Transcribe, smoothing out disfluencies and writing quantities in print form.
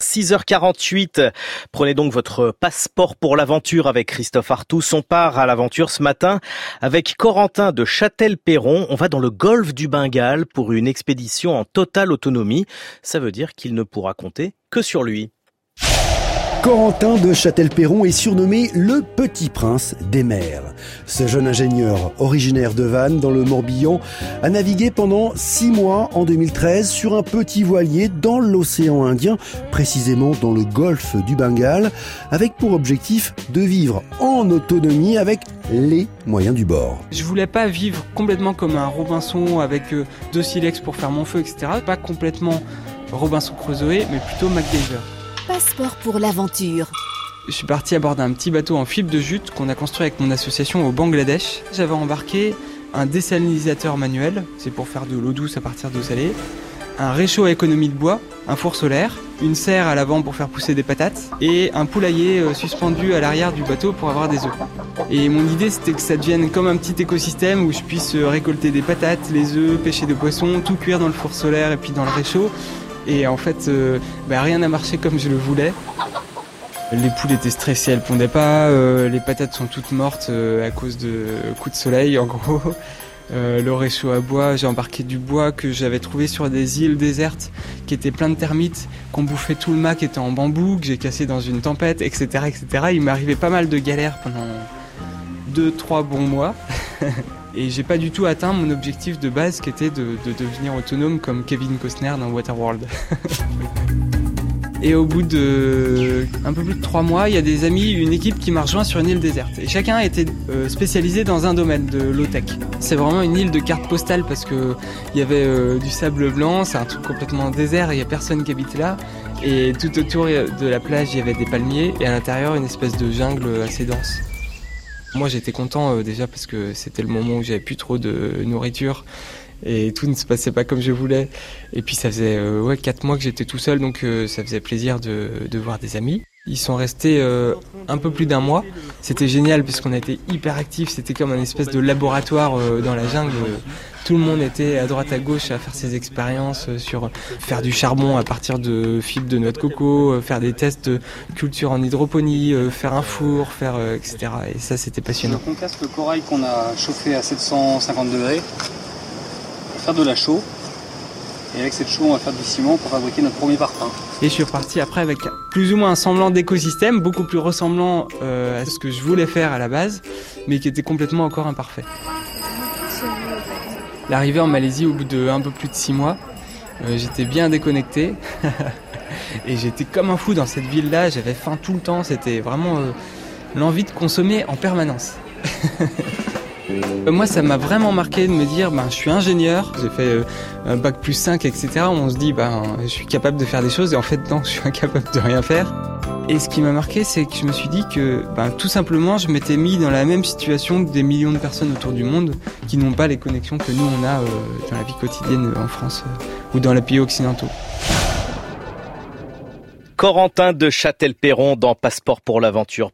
6h48. Prenez donc votre passeport pour l'aventure avec Christophe Artus. On part à l'aventure ce matin avec Corentin de Châtel-Perron. On va dans le golfe du Bengale pour une expédition en totale autonomie. Ça veut dire qu'il ne pourra compter que sur lui. Corentin de Châtel-Perron est surnommé le Petit Prince des mers. Ce jeune ingénieur, originaire de Vannes dans le Morbihan, a navigué pendant 6 mois en 2013 sur un petit voilier dans l'océan Indien, précisément dans le golfe du Bengale, avec pour objectif de vivre en autonomie avec les moyens du bord. Je voulais pas vivre complètement comme un Robinson avec 2 silex pour faire mon feu, etc. Pas complètement Robinson Crusoe, mais plutôt MacGyver. Passeport pour l'aventure. Je suis parti à bord d'un petit bateau en fibre de jute qu'on a construit avec mon association au Bangladesh. J'avais embarqué un désalinisateur manuel, c'est pour faire de l'eau douce à partir d'eau salée, un réchaud à économie de bois, un four solaire, une serre à l'avant pour faire pousser des patates et un poulailler suspendu à l'arrière du bateau pour avoir des œufs. Et mon idée c'était que ça devienne comme un petit écosystème où je puisse récolter des patates, les œufs, pêcher des poissons, tout cuire dans le four solaire et puis dans le réchaud. Et en fait, rien n'a marché comme je le voulais. Les poules étaient stressées, elles pondaient pas. Les patates sont toutes mortes à cause de coups de soleil, en gros. Le réchaud à bois, j'ai embarqué du bois que j'avais trouvé sur des îles désertes qui étaient pleines de termites, qu'on bouffait tout le mât qui était en bambou, que j'ai cassé dans une tempête, etc., etc. Il m'est arrivé pas mal de galères pendant 2-3 bons mois. Et j'ai pas du tout atteint mon objectif de base qui était de devenir autonome comme Kevin Costner dans Waterworld. Et au bout de un peu plus de 3 mois, il y a des amis, une équipe qui m'a rejoint sur une île déserte. Et chacun était spécialisé dans un domaine de low-tech. C'est vraiment une île de carte postale parce que il y avait du sable blanc, c'est un truc complètement désert, il y a personne qui habite là. Et tout autour de la plage, il y avait des palmiers et à l'intérieur, une espèce de jungle assez dense. Moi j'étais content déjà parce que c'était le moment où j'avais plus trop de nourriture et tout ne se passait pas comme je voulais. Et puis ça faisait 4 mois que j'étais tout seul, donc ça faisait plaisir de voir des amis. Ils sont restés un peu plus d'1 mois. C'était génial parce qu'on a été hyper actifs, c'était comme un espèce de laboratoire dans la jungle. Tout le monde était à droite à gauche à faire ses expériences sur faire du charbon à partir de fibres de noix de coco, faire des tests de culture en hydroponie, faire un four, etc. Et ça c'était passionnant. On concasse le corail qu'on a chauffé à 750 degrés pour faire de la chaux. Et avec cette chaux, on va faire du ciment pour fabriquer notre premier parpaing. Et je suis reparti après avec plus ou moins un semblant d'écosystème, beaucoup plus ressemblant à ce que je voulais faire à la base, mais qui était complètement encore imparfait. L'arrivée en Malaisie au bout de un peu plus de 6 mois, j'étais bien déconnecté. Et j'étais comme un fou dans cette ville-là, j'avais faim tout le temps, c'était vraiment l'envie de consommer en permanence. Moi, ça m'a vraiment marqué de me dire, je suis ingénieur, j'ai fait un bac plus 5, etc. On se dit, je suis capable de faire des choses et en fait, non, je suis incapable de rien faire. Et ce qui m'a marqué, c'est que je me suis dit que, tout simplement, je m'étais mis dans la même situation que des millions de personnes autour du monde qui n'ont pas les connexions que nous, on a dans la vie quotidienne en France ou dans les pays occidentaux. Corentin de Châtel-Perron dans Passeport pour l'aventure.